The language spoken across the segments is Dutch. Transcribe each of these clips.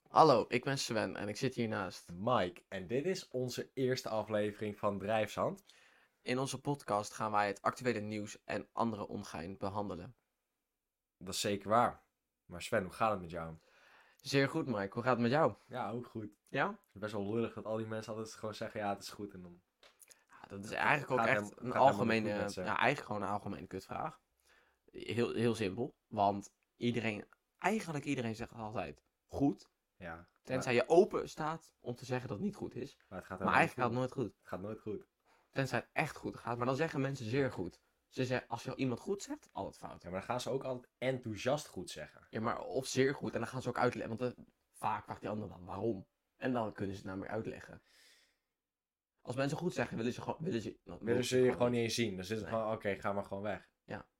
Hallo, ik ben Sven en ik zit hiernaast. Mike. En dit is onze eerste aflevering van Drijfzand. In onze podcast gaan wij het actuele nieuws en andere ongein behandelen. Dat is zeker waar. Maar Sven, hoe gaat het met jou? Zeer goed, Mike. Hoe gaat het met jou? Ja, ook goed. Ja? Het is best wel lullig dat al die mensen altijd gewoon zeggen, ja, het is goed. En dan Ja, dat is eigenlijk ook gaat echt het een helemaal niet algemene, goed met ze. ja, eigenlijk gewoon een algemene kutvraag. Heel simpel, want eigenlijk iedereen zegt altijd goed. Ja, Tenzij je open staat om te zeggen dat het niet goed is. maar het gaat Maar helemaal niet eigenlijk gaat het goed. nooit goed. Het gaat nooit goed. Tenzij het echt goed gaat, maar dan zeggen mensen zeer goed. Ze zeggen, als je iemand goed zegt, altijd fout. Ja, maar dan gaan ze ook altijd enthousiast goed zeggen. Ja, maar of zeer goed. En dan gaan ze ook uitleggen. Want vaak vraagt die ander dan waarom. En dan kunnen ze het nou meer uitleggen. Als mensen goed zeggen, willen ze gewoon... Willen ze je gewoon niet eens zien. Dan zitten ze Nee. gewoon, oké, ga maar gewoon weg.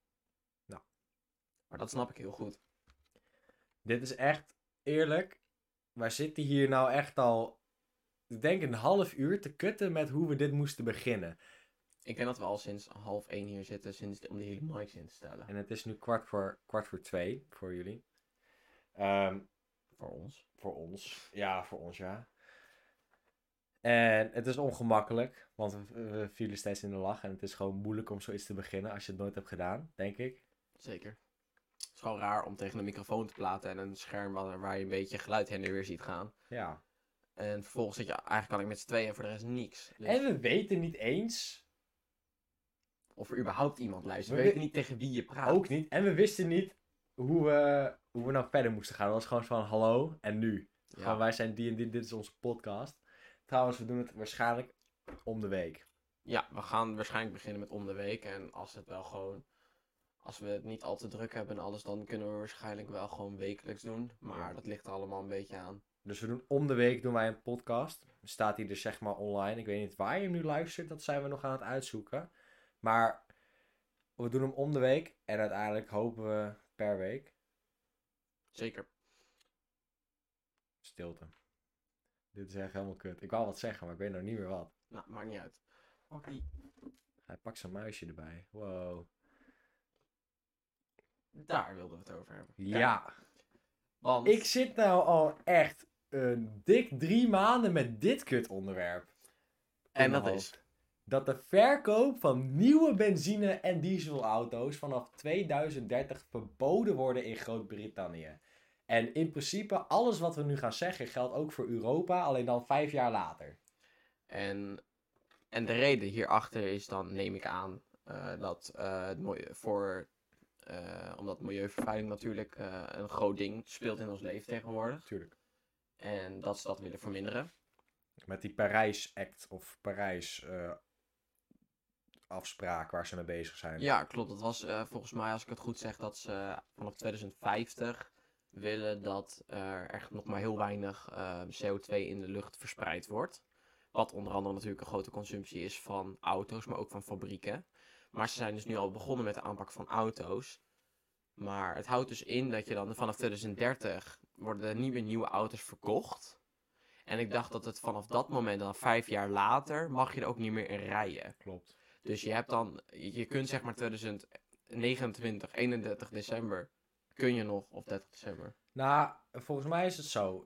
Maar dat snap ik heel goed. Dit is echt, eerlijk, wij zitten hier nou echt al, ik denk een half uur te kutten met hoe we dit moesten beginnen. Ik denk dat we al sinds 12:30 hier zitten om die hele mics in te stellen. En het is nu kwart voor 2 voor jullie. Voor ons. Voor ons. Ja, voor ons, ja. En het is ongemakkelijk, want we vielen steeds in de lach. En het is gewoon moeilijk om zoiets te beginnen als je het nooit hebt gedaan, denk ik. Zeker. Het is gewoon raar om tegen een microfoon te praten en een scherm waar je een beetje geluid heen en weer ziet gaan. Ja. En vervolgens zit je eigenlijk alleen met z'n tweeën en voor de rest niks. Dus En we weten niet eens, of er überhaupt iemand luistert. We We weten niet tegen wie je praat. ook niet, en we wisten niet hoe we nou verder moesten gaan. Het was gewoon van hallo en nu. Ja. Gewoon wij zijn die en dit is onze podcast. Trouwens, we doen het waarschijnlijk om de week. Ja, we gaan waarschijnlijk beginnen met om de week. En als we het niet al te druk hebben en alles, dan kunnen we waarschijnlijk wel gewoon wekelijks doen. Maar Ja. dat ligt er allemaal een beetje aan. Dus we doen om de week doen wij een podcast. Staat hij dus zeg maar online. Ik weet niet waar je hem nu luistert. Dat zijn we nog aan het uitzoeken. Maar we doen hem om de week. En uiteindelijk hopen we per week. Zeker. Stilte. Dit is echt helemaal kut. Ik wou wat zeggen, maar ik weet nou niet meer wat. Nou, maakt niet uit. Oké. Hij pakt zijn muisje erbij. Wow. Daar wilden we het over hebben. Ja. Want Ik zit nou al echt een dik 3 maanden met dit kut onderwerp. En in dat mijn is... hoofd. Dat de verkoop van nieuwe benzine- en dieselauto's vanaf 2030 verboden worden in Groot-Brittannië. En in principe, alles wat we nu gaan zeggen geldt ook voor Europa, alleen dan 5 jaar later. En de reden hierachter is dan, neem ik aan, dat omdat milieuvervuiling natuurlijk een groot ding speelt in ons leven tegenwoordig. Tuurlijk. En dat ze dat willen verminderen. Met die Parijs-act of Parijs-afspraak waar ze mee bezig zijn. Ja, klopt. Dat was volgens mij, als ik het goed zeg, dat ze vanaf 2050 willen dat er echt nog maar heel weinig CO2 in de lucht verspreid wordt. Wat onder andere natuurlijk een grote consumptie is van auto's, maar ook van fabrieken. Maar ze zijn dus nu al begonnen met de aanpak van auto's. Maar het houdt dus in dat je dan vanaf 2030 worden er niet meer nieuwe auto's verkocht. En ik dacht dat het vanaf dat moment, dan 5 jaar later, mag je er ook niet meer in rijden. Klopt. Dus je kunt zeg maar 2029, 31 december, kun je nog, of 30 december. Nou, volgens mij is het zo.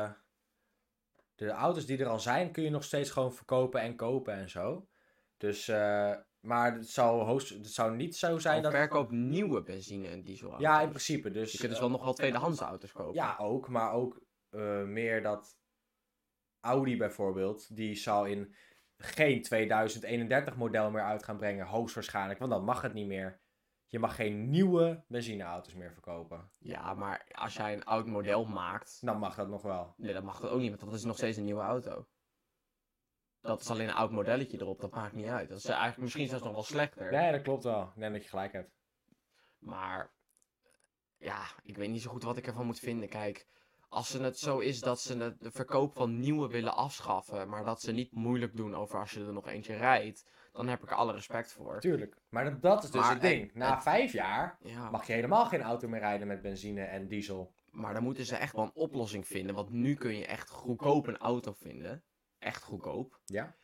De auto's die er al zijn, kun je nog steeds gewoon verkopen en kopen en zo. Dus, maar het zou niet zo zijn dat... Verkoop nieuwe benzine- en dieselauto's. Ja, in principe. Dus, Je kunt dus wel nog wel tweedehands auto's kopen. Ja, ook. Maar ook meer dat Audi bijvoorbeeld, die zou in geen 2031 model meer uit gaan brengen. Hoogstwaarschijnlijk, want dan mag het niet meer. Je mag geen nieuwe benzineauto's meer verkopen. Ja, maar als jij een oud model maakt, Dan mag dat nog wel. nee, dan mag dat ook niet, want dat is nog steeds een nieuwe auto. Dat is alleen een oud modelletje erop, dat maakt niet uit. Dat is eigenlijk misschien zelfs nog wel slechter. Nee, dat klopt wel. Ik denk dat je gelijk hebt. Maar ja, ik weet niet zo goed wat ik ervan moet vinden. Kijk, als het zo is dat ze de verkoop van nieuwe willen afschaffen, maar dat ze niet moeilijk doen over als je er nog eentje rijdt, dan heb ik er alle respect voor. Tuurlijk. Maar dat is dus Maar het ding. Na 5 jaar Ja, mag je helemaal geen auto meer rijden met benzine en diesel. maar dan moeten ze echt wel een oplossing vinden, want nu kun je echt goedkoop een auto vinden. Echt goedkoop. Ja?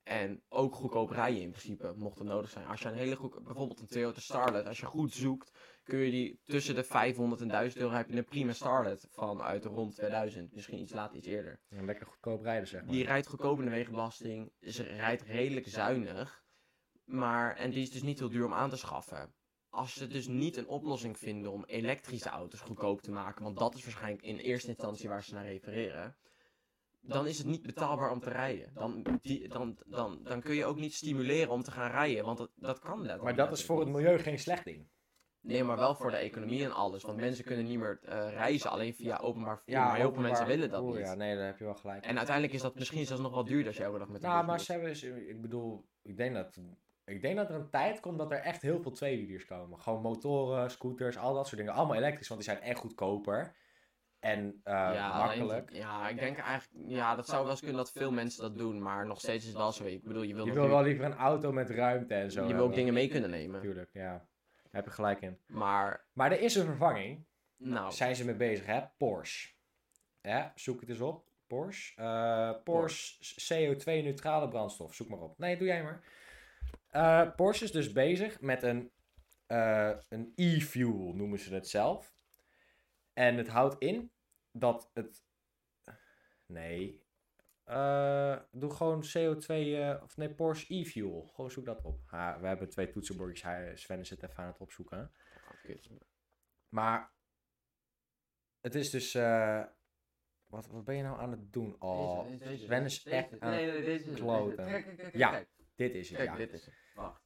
En ook goedkoop rijden in principe, mocht het nodig zijn. Als je een hele goed, bijvoorbeeld een Toyota Starlet, als je goed zoekt, kun je die tussen de 500 en 1000 euro heb je een prima Starlet van uit rond 2000. Misschien iets later, iets eerder. Ja, lekker goedkoop rijden, zeg maar. Die rijdt goedkoop in de wegenbelasting, ze rijdt redelijk zuinig. En die is dus niet heel duur om aan te schaffen. Als ze dus niet een oplossing vinden om elektrische auto's goedkoop te maken, want dat is waarschijnlijk in eerste instantie waar ze naar refereren, dan is het niet betaalbaar om te rijden. Dan kun je ook niet stimuleren om te gaan rijden, want dat kan letterlijk. Maar dat is voor het milieu geen slecht ding. Nee, maar wel voor de economie en alles. Want mensen kunnen niet meer reizen alleen via openbaar vervoer. Maar heel veel mensen willen dat niet. Ja, nee, daar heb je wel gelijk. En uiteindelijk is dat misschien zelfs nog wel duurder als je elke dag met de bus Nou, maar moet. ze hebben, ik bedoel, ik denk dat er een tijd komt dat er echt heel veel tweewielers komen. Gewoon motoren, scooters, al dat soort dingen. Allemaal elektrisch, want die zijn echt goedkoper. En makkelijk. Ik denk eigenlijk, ja, dat zou wel eens kunnen dat veel mensen dat doen. Maar nog steeds is het wel zo. Ik bedoel, je wil Je wil wel liever een auto met ruimte en zo. Je wil ook dingen mee kunnen nemen. Natuurlijk, ja. Daar heb je gelijk in. Maar er is een vervanging. nou, Zijn ze mee bezig, hè? Porsche. Ja, zoek het eens op. Porsche CO2-neutrale brandstof. Zoek maar op. Nee, doe jij maar. Porsche is dus bezig met een e-fuel, noemen ze het zelf. En het houdt in dat het... Nee. Doe gewoon CO2... Porsche e-fuel. Gewoon zoek dat op. We hebben 2 toetsenbordjes. Sven is het even aan het opzoeken. Hè? Maar... Het is dus... Wat ben je nou aan het doen? Oh, Sven is echt aan het kloten. Ja, dit is het. Kijk, Ja. dit is het. Wacht.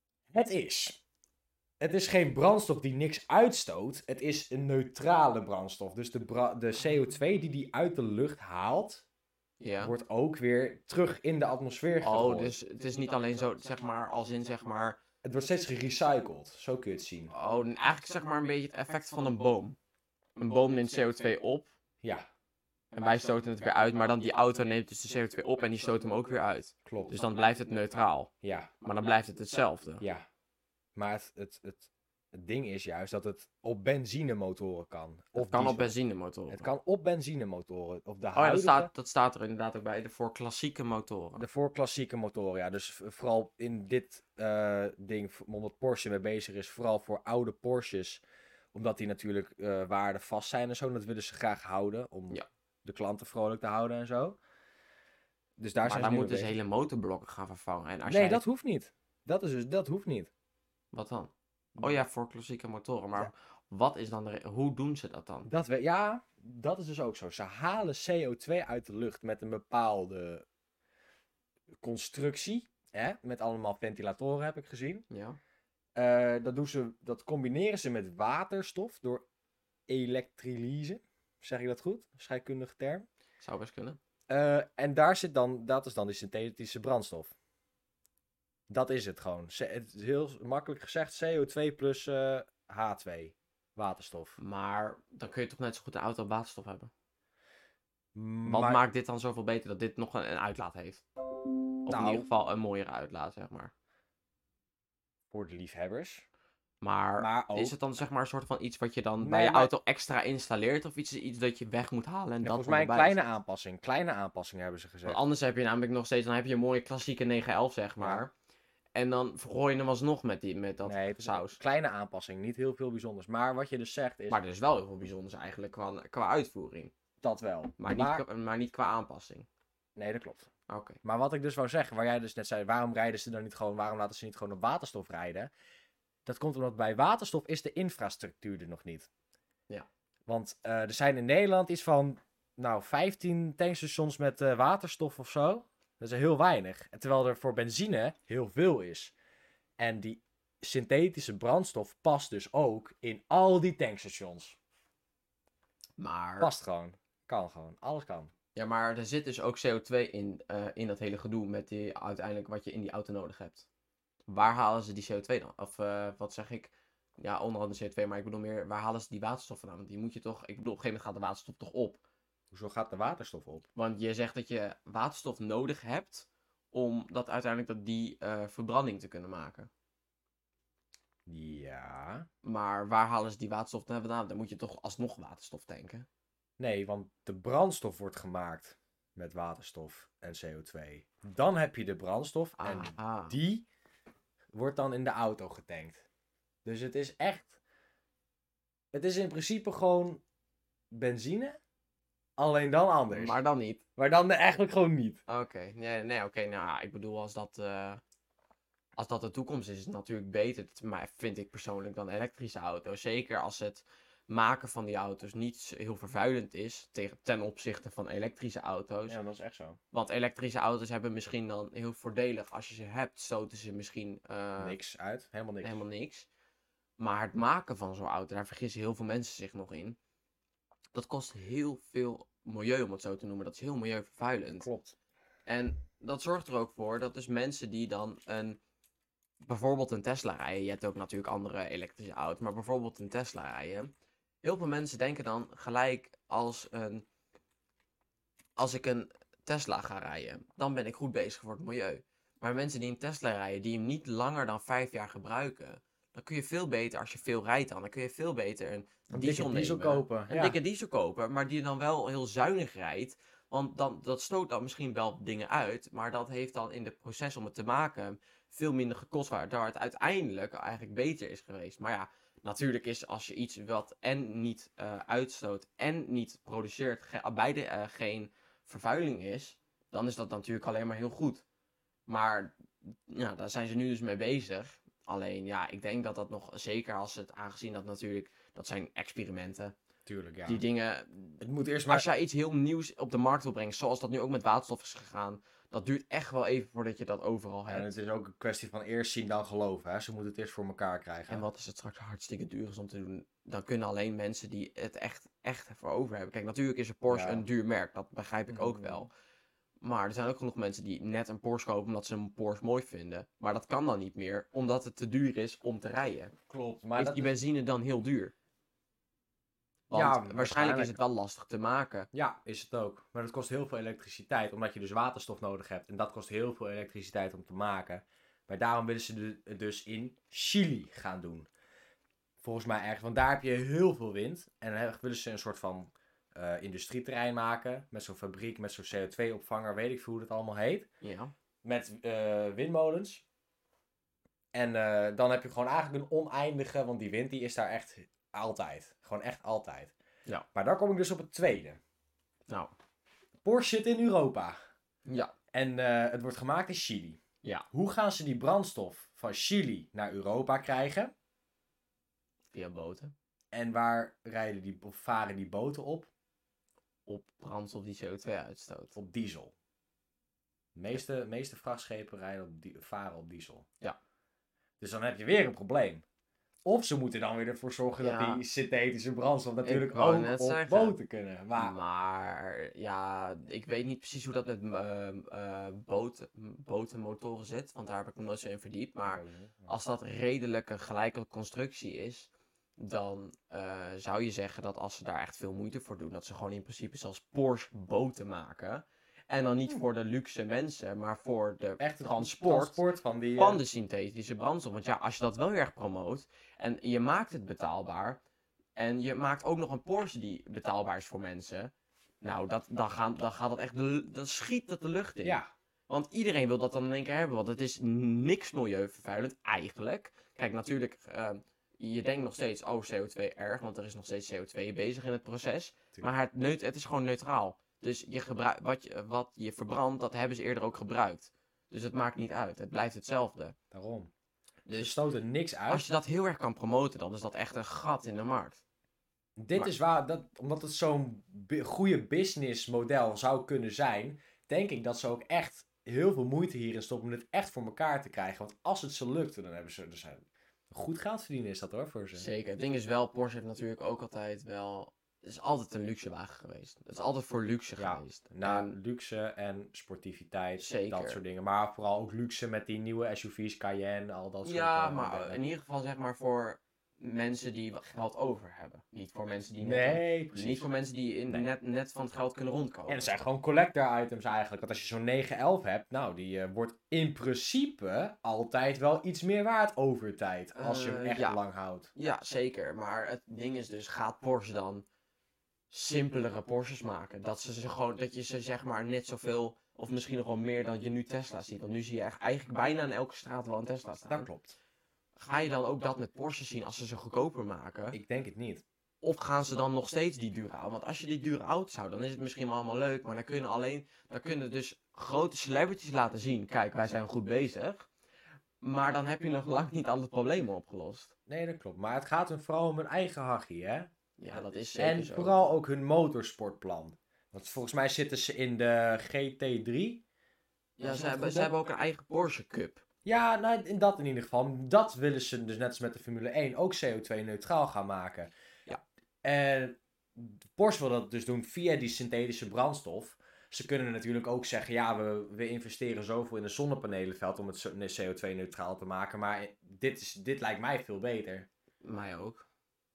Het is geen brandstof die niks uitstoot. Het is een neutrale brandstof. Dus de CO2 die uit de lucht haalt, Ja. wordt ook weer terug in de atmosfeer gegooid. Oh, dus het is niet alleen zo, zeg maar, als in, zeg maar... Het wordt steeds gerecycled. Zo kun je het zien. Oh, eigenlijk zeg maar een beetje het effect van een boom. Een boom neemt CO2 op Ja, en wij stoten het weer uit. Maar dan die auto neemt dus de CO2 op en die stoot hem ook weer uit. klopt. Dus dan blijft het neutraal. Ja, Maar dan blijft het hetzelfde. ja. Maar het ding is juist dat het op benzinemotoren kan. Het kan diesel. op benzinemotoren. Het kan op benzinemotoren. Op de Oh ja, huidige... dat staat er inderdaad ook bij. Voor klassieke motoren. Voor klassieke motoren, ja. Dus vooral in dit ding, omdat Porsche mee bezig is, vooral voor oude Porsches. Omdat die natuurlijk waardevast zijn en zo. En dat willen ze graag houden, om de klanten vrolijk te houden en zo. Dus daar Maar zijn dan ze nu moeten ze mee bezig. hele motorblokken gaan vervangen. En als Nee, jij... dat hoeft niet. Dat hoeft niet. Wat dan? Oh ja, voor klassieke motoren. Maar wat is dan hoe doen ze dat dan? Dat is dus ook zo. Ze halen CO2 uit de lucht met een bepaalde constructie. Hè? Met allemaal ventilatoren heb ik gezien. Ja. Dat combineren ze met waterstof door elektrolyse. Zeg ik dat goed? Scheikundige term. Zou best kunnen. En dat is dan die synthetische brandstof. Dat is het gewoon. Het is heel makkelijk gezegd CO2 plus H2. Waterstof. Maar dan kun je toch net zo goed een auto op waterstof hebben? Wat Maar- maakt dit dan zoveel beter dat dit nog een uitlaat heeft? Of in ieder geval een mooiere uitlaat, zeg maar. Voor de liefhebbers. Maar ook- is het dan zeg maar een soort van iets wat je dan Nee, bij je maar- auto extra installeert? Of iets dat je weg moet halen en dat Volgens mij een erbij kleine aanpassing. Kleine aanpassing hebben ze gezegd. Want anders heb je namelijk nog steeds, dan heb je een mooie klassieke 911 zeg maar. En dan vergooi je hem alsnog met dat Nee, het is saus. een kleine aanpassing. Niet heel veel bijzonders. Maar wat je dus zegt is... Maar er is wel heel veel bijzonders eigenlijk qua uitvoering. Dat wel. Maar niet qua aanpassing. Nee, dat klopt. Oké. Maar wat ik dus wou zeggen, waar jij dus net zei, waarom rijden ze dan niet gewoon, waarom laten ze niet gewoon op waterstof rijden? Dat komt omdat bij waterstof is de infrastructuur er nog niet. Ja. Want er zijn in Nederland iets van, 15 tankstations met waterstof of zo. Dat is heel weinig. En terwijl er voor benzine heel veel is. En die synthetische brandstof past dus ook in al die tankstations. Maar... Past gewoon. Kan gewoon. Alles kan. Ja, maar er zit dus ook CO2 in dat hele gedoe met die uiteindelijk wat je in die auto nodig hebt. Waar halen ze die CO2 dan? Of wat zeg ik? Ja, onder andere CO2, maar ik bedoel meer, waar halen ze die waterstof vandaan? Want die moet je toch, ik bedoel, op een gegeven moment gaat de waterstof toch op. Hoezo gaat de waterstof op? Want je zegt dat je waterstof nodig hebt om die verbranding te kunnen maken. Ja. Maar waar halen ze die waterstof vandaan? Dan moet je toch alsnog waterstof tanken. Nee, want de brandstof wordt gemaakt met waterstof en CO2. Dan heb je de brandstof en Aha. die wordt dan in de auto getankt. Dus het is echt... Het is in principe gewoon benzine, alleen dan anders. Maar dan niet. Maar dan eigenlijk gewoon niet. Oké. Nee, oké. Nou, ik bedoel, als dat de toekomst is het natuurlijk beter, maar vind ik persoonlijk, dan elektrische auto's. Zeker als het maken van die auto's niet heel vervuilend is ten opzichte van elektrische auto's. Ja, dat is echt zo. Want elektrische auto's hebben misschien dan heel voordelig. Als je ze hebt, stoten ze misschien Niks uit, helemaal niks. helemaal niks. Maar het maken van zo'n auto, daar vergissen heel veel mensen zich nog in. Dat kost heel veel milieu, om het zo te noemen. Dat is heel milieuvervuilend. Klopt. En dat zorgt er ook voor dat dus mensen die dan bijvoorbeeld een Tesla rijden. Je hebt ook natuurlijk andere elektrische auto's, maar bijvoorbeeld een Tesla rijden. Heel veel mensen denken dan gelijk als ik een Tesla ga rijden, dan ben ik goed bezig voor het milieu. Maar mensen die een Tesla rijden, die hem niet langer dan 5 jaar gebruiken, dan kun je veel beter, als je veel rijdt dan kun je veel beter een diesel diesel nemen. kopen. Een dikke diesel kopen, maar die dan wel heel zuinig rijdt. Want dat stoot dan misschien wel dingen uit, maar dat heeft dan in het proces om het te maken veel minder gekost, waardoor het uiteindelijk eigenlijk beter is geweest. Maar ja, natuurlijk is als je iets wat en niet uitstoot en niet produceert, beide geen vervuiling is, dan is dat natuurlijk alleen maar heel goed. Maar ja, daar zijn ze nu dus mee bezig. Alleen ja, ik denk dat dat nog, zeker als het aangezien dat natuurlijk, dat zijn experimenten. Tuurlijk, ja. Die dingen, Het moet eerst maar... als jij iets heel nieuws op de markt wil brengen, zoals dat nu ook met waterstof is gegaan, dat duurt echt wel even voordat je dat overal hebt. En het is ook een kwestie van eerst zien dan geloven. Hè? Ze moeten het eerst voor elkaar krijgen. En wat is het straks hartstikke duur is om te doen, dan kunnen alleen mensen die het echt voor over hebben. Kijk, natuurlijk is een Porsche een duur merk, dat begrijp ik ook wel. Maar er zijn ook genoeg mensen die net een Porsche kopen omdat ze een Porsche mooi vinden. Maar dat kan dan niet meer, omdat het te duur is om te rijden. Klopt. Maar Is dat die is... benzine dan heel duur? Want Ja, waarschijnlijk waarschijnlijk. is het wel lastig te maken. Ja, is het ook. Maar dat kost heel veel elektriciteit, omdat je dus waterstof nodig hebt. En dat kost heel veel elektriciteit om te maken. Maar daarom willen ze het dus in Chili gaan doen. Volgens mij ergens, want daar heb je heel veel wind. En dan willen ze een soort van industrieterrein maken. Met zo'n fabriek, met zo'n CO2-opvanger, weet ik veel hoe dat allemaal heet. Ja. Met windmolens. En dan heb je gewoon eigenlijk een oneindige, want die wind die is daar echt altijd. Gewoon echt altijd. Ja. Maar daar kom ik dus op het tweede. Nou. Porsche zit in Europa. Ja. En het wordt gemaakt in Chili. Ja. Hoe gaan ze die brandstof van Chili naar Europa krijgen? Via boten. En waar varen die boten op? Op brandstof die CO2 uitstoot. Op diesel. De meeste vrachtschepen varen op diesel. Ja. Dus dan heb je weer een probleem. Of ze moeten dan weer ervoor zorgen Ja. dat die synthetische brandstof natuurlijk wou ook net op zeggen. boten kunnen. Maar ja, ik weet niet precies hoe dat met botenmotoren zit, want daar heb ik me nooit zo in verdiept. Maar als dat redelijk een gelijke constructie is, dan zou je zeggen dat als ze daar echt veel moeite voor doen, dat ze gewoon in principe zelfs Porsche boten maken. En dan niet voor de luxe mensen, maar voor de Echt het transport van die... van de synthetische brandstof. Want ja, als je dat wel heel erg promoot en je maakt het betaalbaar en je maakt ook nog een Porsche die betaalbaar is voor mensen, nou, dan gaat dat echt, dan schiet dat de lucht in. Ja. Want iedereen wil dat dan in één keer hebben, want het is niks milieuvervuilend eigenlijk. Kijk, natuurlijk, je denkt nog steeds, oh, CO2 erg, want er is nog steeds CO2 bezig in het proces. Tuurlijk. Maar het is gewoon neutraal. Dus wat je verbrandt, dat hebben ze eerder ook gebruikt. Dus het maakt niet uit. Het blijft hetzelfde. Daarom. Ze Dus stoten niks uit. als je dat heel erg kan promoten, dan is dat echt een gat in de markt. Dit Maar- is waar, omdat het zo'n goede businessmodel zou kunnen zijn, denk ik dat ze ook echt heel veel moeite hierin stoppen om dit echt voor elkaar te krijgen. Want als het ze lukt, dan hebben ze dus goed geld verdienen is dat hoor, voor ze. Zeker. Het ding is wel, Porsche heeft natuurlijk ook altijd wel... Het is altijd een luxe wagen geweest. Het is altijd voor luxe geweest. En- Luxe en sportiviteit, Zeker. dat soort dingen. Maar vooral ook luxe met die nieuwe SUV's, Cayenne, al dat soort ja, dingen. maar in ieder geval zeg maar voor mensen die wat geld over hebben. Niet voor mensen die Nee, precies. niet voor mensen die Nee. net van het geld kunnen rondkomen. En het zijn gewoon collector items eigenlijk. Want als je zo'n 911 hebt, nou, die wordt in principe altijd wel iets meer waard over tijd. Als je hem echt ja. lang houdt. Ja, zeker. Maar het ding is dus, gaat Porsche dan simpelere Porsches maken. Dat je ze zeg maar net zoveel, of misschien nog wel meer dan je nu Tesla ziet. Want nu zie je eigenlijk bijna in elke straat wel een Tesla Dat staan. klopt. Ga je dan ook dat met Porsches zien als ze ze goedkoper maken? Ik denk het niet. Of gaan ze dan nog steeds die dure auto? Want als je die dure auto zou, dan is het misschien wel allemaal leuk. Maar dan kunnen dus grote celebrities laten zien. Kijk, wij zijn goed bezig. Maar dan heb je nog lang niet alle problemen opgelost. Nee, dat klopt. Maar het gaat hun vooral om hun eigen hachie, hè? Ja, dat is zeker En zo. vooral ook hun motorsportplan. Want volgens mij zitten ze in de GT3. Ja, ze hebben ook een eigen Porsche Cup. Ja, nou, in dat in ieder geval. Dat willen ze dus net als met de Formule 1 ook CO2-neutraal gaan maken. Ja. En Porsche wil dat dus doen via die synthetische brandstof. Ze kunnen natuurlijk ook zeggen, ja, we investeren zoveel in een zonnepanelenveld om het CO2-neutraal te maken. Maar dit lijkt mij veel beter. Mij ook.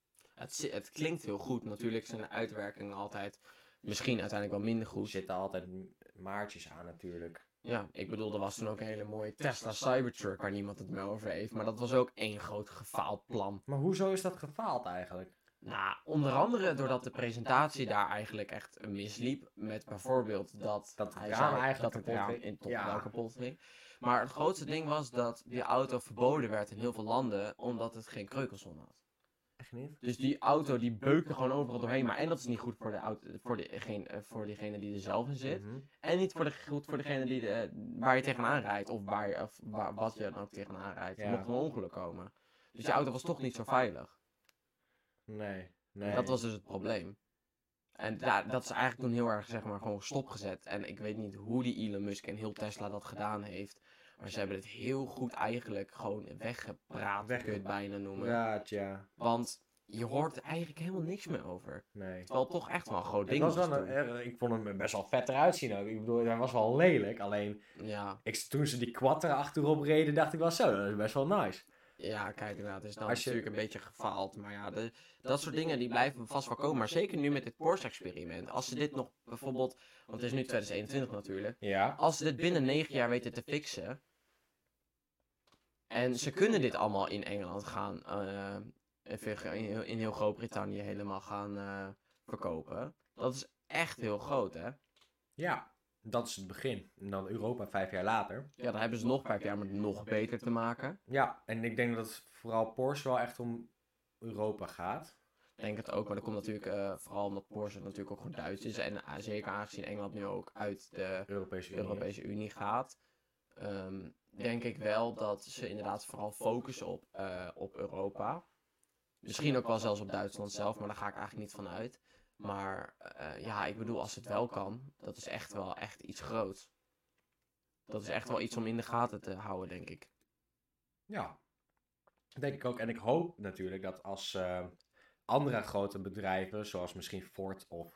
Het klinkt heel goed. Natuurlijk zijn de uitwerkingen altijd misschien uiteindelijk wel minder Er goed. zitten altijd maartjes aan natuurlijk. Ja, ik bedoel, er was toen ook een hele mooie Tesla Cybertruck waar niemand het meer over heeft. Maar dat was ook één groot gefaald plan. Maar hoezo is dat gefaald eigenlijk? Nou, onder andere doordat de presentatie daar eigenlijk echt misliep. Met bijvoorbeeld dat Dat hij raam zei eigenlijk dat het kapot raam ging. in top Ja. wel kapot ging. Maar het grootste ding was dat die auto verboden werd in heel veel landen omdat het geen kreukelzone had. Echt niet? Dus die auto die beukte gewoon overal doorheen. Maar en dat is niet goed voor de auto, voor diegene die er zelf in zit. Mhm. En niet goed voor degene waar je tegenaan rijdt. Of wat je dan ook tegenaan rijdt. Ja. Er mocht een ongeluk komen. Dus die auto was toch niet zo veilig. Nee. Dat was dus het probleem. En ja, dat is eigenlijk toen heel erg zeg maar gewoon stopgezet. En ik weet niet hoe die Elon Musk en heel Tesla dat gedaan heeft. Maar ze hebben het heel goed eigenlijk gewoon weggepraat, kun je het bijna noemen. Ja, tja. Want je hoort er eigenlijk helemaal niks meer over. Nee. Terwijl het toch echt wel een groot Het ding was was wel toen. ik vond hem best wel vet eruit zien ook. Ik bedoel, hij was wel lelijk. Alleen, Ja, toen ze die quad erachterop reden, dacht ik wel zo, dat is best wel nice. ja, kijk inderdaad, het is dan Als je- natuurlijk een beetje gefaald. Maar ja, dat soort dingen die blijven vast wel komen. Maar zeker nu met dit Porsche-experiment. Als ze dit nog bijvoorbeeld, want het is nu 2021 natuurlijk. Ja. Als ze dit binnen 9 jaar weten te fixen. En ze kunnen dit allemaal in Engeland gaan, in heel Groot-Brittannië helemaal gaan verkopen. Dat is echt heel groot, hè? Ja. Dat is het begin. En dan Europa 5 jaar later. Ja, dan hebben ze nog 5 jaar om het nog beter te maken. Ja. En ik denk dat het vooral Porsche wel echt om Europa gaat. Ik denk het ook, maar dat komt natuurlijk vooral omdat Porsche natuurlijk ook gewoon Duits is. En zeker aangezien Engeland nu ook uit de Europese Unie. Europese Unie gaat. Denk ik wel dat ze inderdaad vooral focussen op Europa. Misschien ook wel zelfs op Duitsland zelf, maar daar ga ik eigenlijk niet van uit. Maar ja, ik bedoel, als het wel kan, dat is echt wel echt iets groots. Dat is echt wel iets om in de gaten te houden, denk ik. Ja. Dat denk ik ook. En ik hoop natuurlijk dat als andere grote bedrijven, zoals misschien Ford of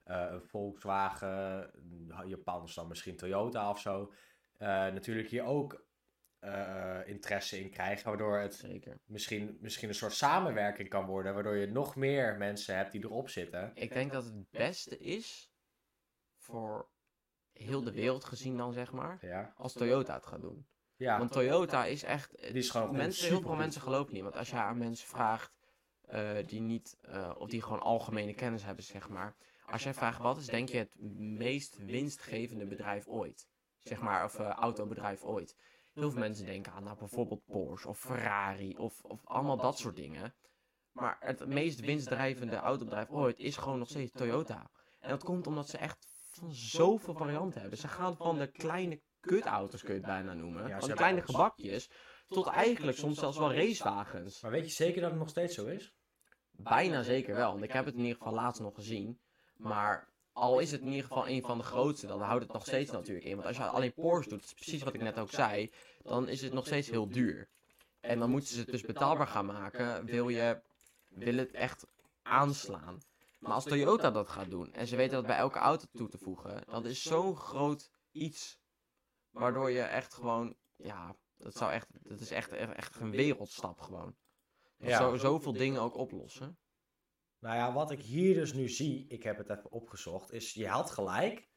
Volkswagen, Japans dan misschien Toyota of zo, natuurlijk hier ook interesse in krijgen, waardoor het Zeker. misschien een soort samenwerking kan worden, waardoor je nog meer mensen hebt die erop zitten. Ik denk dat het beste is voor heel de wereld gezien dan, zeg maar, Ja. als Toyota het gaat doen. Ja. Want Toyota is echt... Die is gewoon heel supergoed. veel mensen geloven niet. Want als je aan mensen vraagt die niet... of die gewoon algemene kennis hebben, zeg maar. Als jij vraagt, wat is denk je het meest winstgevende bedrijf ooit? Zeg maar, of autobedrijf ooit. Heel veel mensen denken aan nou, bijvoorbeeld Porsche of Ferrari of allemaal dat soort dingen. Maar het meest winstdrijvende autobedrijf ooit is gewoon nog steeds Toyota. En dat komt omdat ze echt van zoveel varianten hebben. Ze gaan van de kleine kutauto's, kun je het bijna noemen. Ja, ze Van die hebben kleine alles. gebakjes. Tot eigenlijk soms zelfs wel racewagens. Maar weet je zeker dat het nog steeds zo is? Bijna zeker wel. Want ik heb het in ieder geval laatst nog gezien. Maar al is het in ieder geval een van de grootste, dan houdt het nog steeds natuurlijk in. Want als je alleen Porsche doet, dat is precies wat ik net ook zei, dan is het nog steeds heel duur. En dan moeten ze het dus betaalbaar gaan maken, wil het echt aanslaan. Maar als Toyota dat gaat doen, en ze weten dat bij elke auto toe te voegen, dat is zo'n groot iets, waardoor je echt gewoon, ja, dat is echt een wereldstap gewoon. Dat Ja. zou zoveel dingen ook oplossen. Nou ja, wat ik hier dus nu zie, ik heb het even opgezocht, is je had gelijk.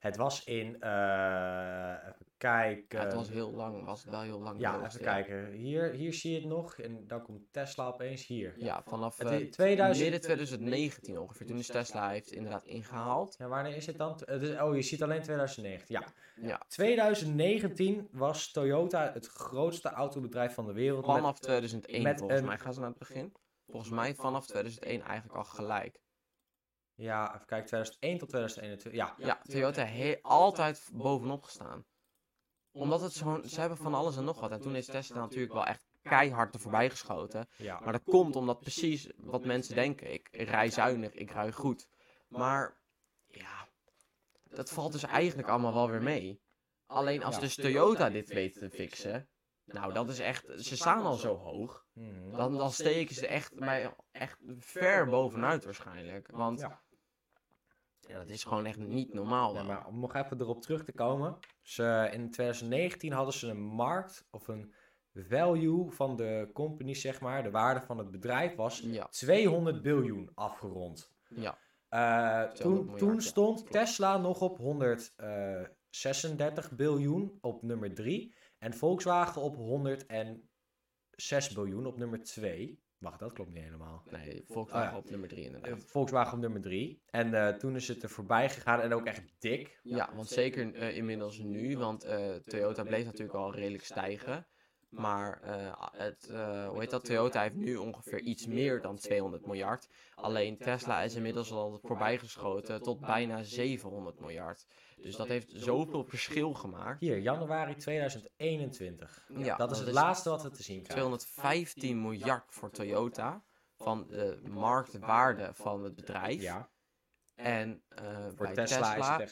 Het was in, even kijken. Ja, het was heel lang, was het wel heel lang. de Ja, hoogste, even kijken. Hier zie je het nog. En dan komt Tesla opeens hier. Ja, vanaf Het is 2000... midden 2019 ongeveer. Toen is Tesla heeft inderdaad ingehaald. Ja, wanneer is het dan? Oh, je ziet alleen 2019. Ja. Ja, 2019 was Toyota het grootste autobedrijf van de wereld. vanaf 2001 met volgens een- mij gaan ze naar het begin. Volgens mij vanaf 2001 eigenlijk al gelijk. Ja, even kijken. 2001 tot 2021. Ja. Ja, Toyota heeft altijd bovenop gestaan. Omdat het gewoon, ze hebben van alles en nog wat. En toen is Tesla natuurlijk wel echt keihard er voorbij geschoten. Ja. Maar dat komt omdat precies wat mensen denken. Ik rij zuinig, ik rij goed. Maar ja, dat valt dus eigenlijk allemaal wel weer mee. Alleen als Ja. dus Toyota dit weet te fixen. Nou, dat is echt. Ze staan al zo hoog. Mhm. Dan steken ze echt ver bovenuit waarschijnlijk. Want Ja. ja, dat is gewoon echt niet normaal. Ja, wel. maar om nog even erop terug te komen. In 2019 hadden ze een markt of een value van de company, zeg maar. De waarde van het bedrijf was Ja, 200 biljoen afgerond. ja, 200 Toen miljard, ja, stond klopt. Tesla nog op 136 biljoen op nummer 3. En Volkswagen op 106 biljoen op nummer 2. Wacht, dat klopt niet helemaal. nee, Volkswagen Oh ja. op nummer 3 inderdaad. Volkswagen op nummer 3. En toen is het er voorbij gegaan en ook echt dik. Ja, want zeker inmiddels nu, want Toyota bleef natuurlijk al redelijk stijgen. Maar hoe heet dat? Toyota heeft nu ongeveer iets meer dan 200 miljard. Alleen Tesla is inmiddels al voorbijgeschoten tot bijna 700 miljard. Dus dat heeft zoveel verschil gemaakt. Hier, januari 2021. Ja, Dat is het laatste wat we te zien krijgen. 215 miljard voor Toyota van de marktwaarde van het bedrijf. Ja, En voor bij Tesla is het echt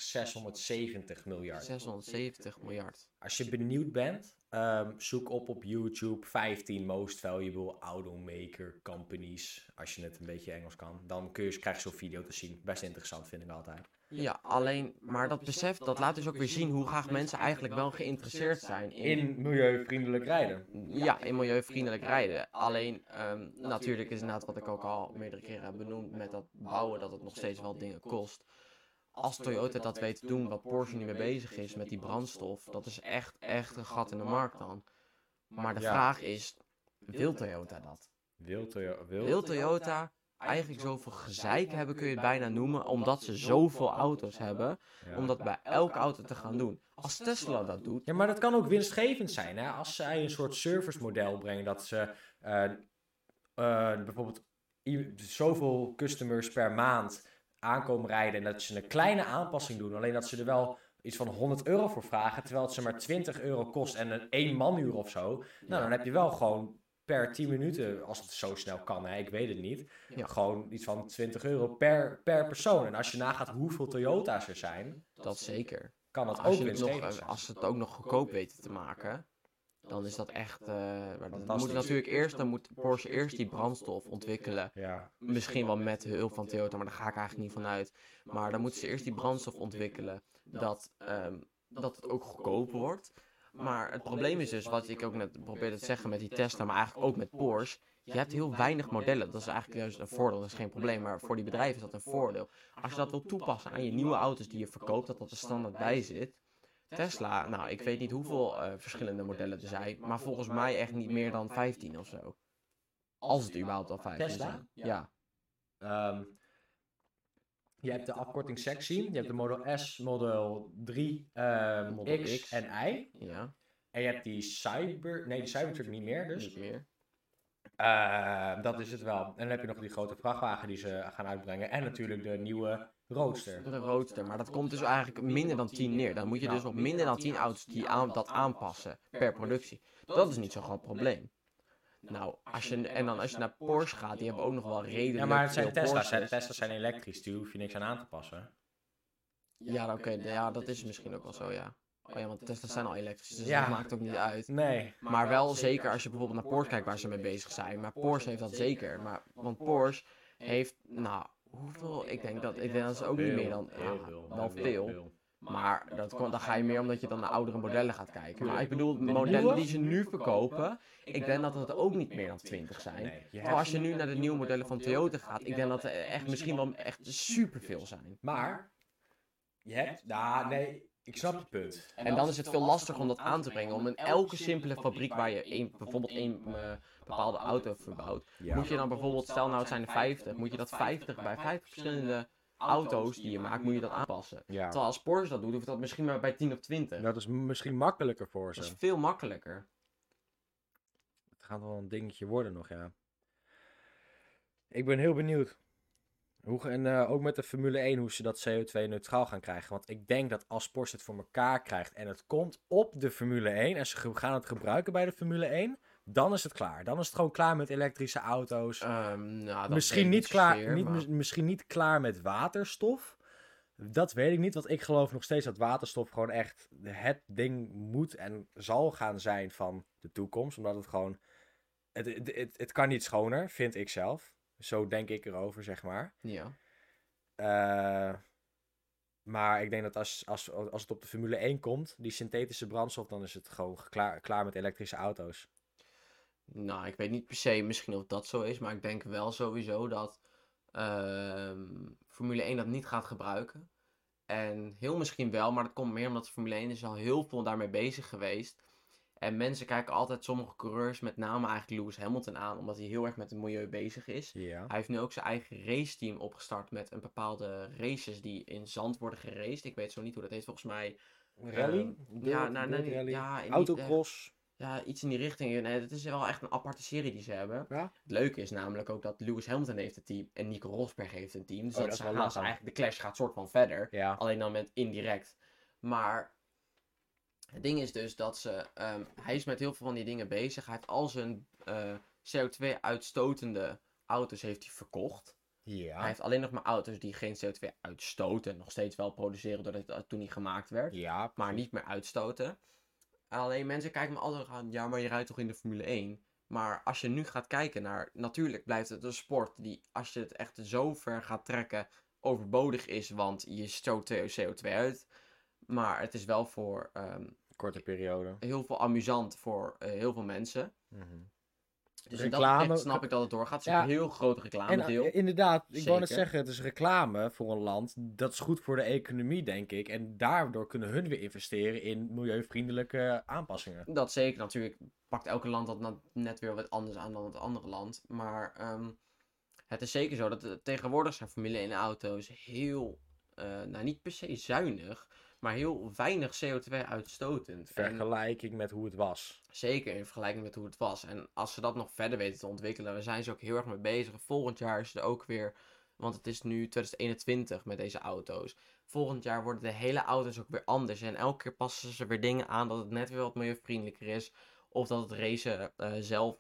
670 miljard. 670 miljard. Als je benieuwd bent, zoek op YouTube 15 most valuable automaker companies. Als je het een beetje Engels kan. Dan krijg je zo'n video te zien. Best interessant vind ik altijd. Ja, alleen, maar dat besef, dat laat dus ook weer zien hoe graag mensen eigenlijk wel geïnteresseerd zijn In milieuvriendelijk rijden. ja, in milieuvriendelijk rijden. Alleen, natuurlijk is inderdaad wat ik ook al meerdere keren heb benoemd met dat bouwen, dat het nog steeds wel dingen kost. Als Toyota dat weet te doen, wat Porsche nu mee bezig is met die brandstof, dat is echt een gat in de markt dan. Maar de Ja. vraag is, wil Toyota dat? Wil Toyota eigenlijk zoveel gezeik hebben, kun je het bijna noemen, omdat ze zoveel auto's hebben, om dat bij elke auto te gaan doen. Als Tesla dat doet, Ja, maar dat kan ook winstgevend zijn. Hè? Als zij een soort service model brengen, dat ze bijvoorbeeld zoveel customers per maand aankomen rijden en dat ze een kleine aanpassing doen, alleen dat ze er wel iets van 100 euro voor vragen, terwijl het ze maar 20 euro kost en een 1 manuur of zo. Nou, dan heb je wel gewoon per 10 minuten, als het zo snel kan, hè, ik weet het niet, Ja. gewoon iets van 20 euro per persoon. En als je nagaat hoeveel Toyota's er zijn, dat zeker. kan dat Als, ook je het winstgevend nog, zijn. als ze het ook nog goedkoop weten te maken, dan is dat echt. Maar dan Fantastisch. moet natuurlijk eerst, dan moet Porsche eerst die brandstof ontwikkelen. Ja. Misschien wel met hulp van Toyota, maar daar ga ik eigenlijk niet van uit. Maar dan moeten ze eerst die brandstof ontwikkelen, dat het ook goedkoop wordt. Maar het probleem is dus, wat ik ook net probeerde te zeggen met die Tesla, maar eigenlijk ook met Porsche. Je hebt heel weinig modellen. Dat is eigenlijk juist een voordeel, dat is geen probleem. Maar voor die bedrijven is dat een voordeel. Als je dat wil toepassen aan je nieuwe auto's die je verkoopt, dat er standaard bij zit. Tesla, nou, ik weet niet hoeveel verschillende modellen er zijn, maar volgens mij echt niet meer dan 15 of zo. Als het überhaupt al 15 Tesla? zijn. Ja. Je hebt de afkortingssectie, je hebt de Model S, Model 3, Model X X. en Y. Ja, En je hebt die Cybertruck niet meer dus. niet meer. Dat is het wel. En dan heb je nog die grote vrachtwagen die ze gaan uitbrengen. En natuurlijk de nieuwe Roadster. De Roadster, maar dat komt dus eigenlijk minder dan 10 neer. Dan moet je dus op minder dan 10 auto's die dat aanpassen per productie. Dat is niet zo'n groot probleem. Nou, als je naar Porsche gaat, die hebben ook nog wel redelijk Ja, maar het zijn veel Tesla's. Porsches. Tesla's zijn elektrisch, daar hoef je niks aan te passen. Ja, oké, ja, dat is misschien ook wel zo, ja. Oh ja, want Tesla's zijn al elektrisch, dus Ja. dat maakt ook niet uit. Nee. Maar wel zeker als je bijvoorbeeld naar Porsche kijkt waar ze mee bezig zijn. Maar Porsche heeft dat zeker. Want Porsche heeft, nou, hoeveel? Ik denk dat ze ook niet meer dan, wel veel. Maar dan ga je meer omdat je dan naar oudere modellen gaat kijken. Maar ik bedoel, de modellen die ze nu verkopen, ik denk dat het ook niet meer dan 20 zijn. Nee, je Maar hebt- als je nu naar de nieuwe modellen van Toyota gaat, ik denk dat er echt misschien wel echt superveel zijn. Maar je Nee, ik snap je punt. En dan is het veel lastiger om dat aan te brengen. Om in elke simpele fabriek waar je bijvoorbeeld één bepaalde auto verbouwt, Ja. moet je dan bijvoorbeeld, stel nou het zijn er 50, moet je dat 50 bij 50 verschillende auto's die je maakt, moet je dat aanpassen. Ja. Terwijl als Porsche dat doet, hoeft dat misschien maar bij 10 of 20. Dat is misschien makkelijker voor Dat ze. is veel makkelijker. Het gaat wel een dingetje worden nog, ja. Ik ben heel benieuwd. Ook met de Formule 1, hoe ze dat CO2-neutraal gaan krijgen. Want ik denk dat als Porsche het voor elkaar krijgt en het komt op de Formule 1... en ze gaan het gebruiken bij de Formule 1... dan is het klaar. Dan is het gewoon klaar met elektrische auto's. Nou, dat Misschien weet niet ik klaar, zozeer, maar- misschien niet klaar met waterstof. Dat weet ik niet, want ik geloof nog steeds dat waterstof gewoon echt het ding moet en zal gaan zijn van de toekomst. Omdat het gewoon... Het kan niet schoner, vind ik zelf. Zo denk ik erover, zeg maar. Ja. Maar ik denk dat als het op de Formule 1 komt, die synthetische brandstof, dan is het gewoon klaar met elektrische auto's. Nou, ik weet niet per se misschien of dat zo is, maar ik denk wel sowieso dat Formule 1 dat niet gaat gebruiken. En heel misschien wel, maar dat komt meer omdat Formule 1 is al heel veel daarmee bezig geweest. En mensen kijken altijd sommige coureurs, met name eigenlijk Lewis Hamilton aan, omdat hij heel erg met het milieu bezig is. Ja. Hij heeft nu ook zijn eigen raceteam opgestart met een bepaalde races die in zand worden geraced. Ik weet zo niet hoe dat heet, volgens mij. Rally? Ja, nee, rally? ja, niet, Autocross? ja, iets in die richting. Nee, het is wel echt een aparte serie die ze hebben. Ja? Het leuke is namelijk ook dat Lewis Hamilton heeft een team en Nico Rosberg heeft een team. Dus Oh, dat dat is ze wel gaan lachen. ze eigenlijk, de clash gaat soort van verder. Ja. Alleen dan met indirect. Maar het ding is dus dat ze... hij is met heel veel van die dingen bezig. Hij heeft al zijn CO2-uitstotende auto's heeft hij verkocht. Ja. Hij heeft alleen nog maar auto's die geen CO2 uitstoten. En nog steeds wel produceren doordat het toen niet gemaakt werd. Ja, Maar niet meer uitstoten. Alleen mensen kijken me altijd aan, ja, maar je rijdt toch in de Formule 1? Maar als je nu gaat kijken naar, natuurlijk blijft het een sport die, als je het echt zo ver gaat trekken, overbodig is, want je stoot CO2 uit. Maar het is wel voor korte periode. heel veel amusant voor heel veel mensen. Mhm. Dus in Reclame- dat opzicht snap ik dat het doorgaat. Het is Ja. een heel groot reclame-deel. Inderdaad, ik wou net Zeker. zeggen, het is reclame voor een land. Dat is goed voor de economie, denk ik. En daardoor kunnen hun weer investeren in milieuvriendelijke aanpassingen. Dat zeker, natuurlijk pakt elke land dat net weer wat anders aan dan het andere land. Maar het is zeker zo dat tegenwoordig zijn Formule 1 auto's heel, nou niet per se zuinig, maar heel weinig CO2 uitstotend. En Vergelijking met hoe het was. zeker in vergelijking met hoe het was. En als ze dat nog verder weten te ontwikkelen, daar zijn ze ook heel erg mee bezig. Volgend jaar is het ook weer, want het is nu 2021 met deze auto's. Volgend jaar worden de hele auto's ook weer anders. En elke keer passen ze weer dingen aan dat het net weer wat milieuvriendelijker is. Of dat het racen zelf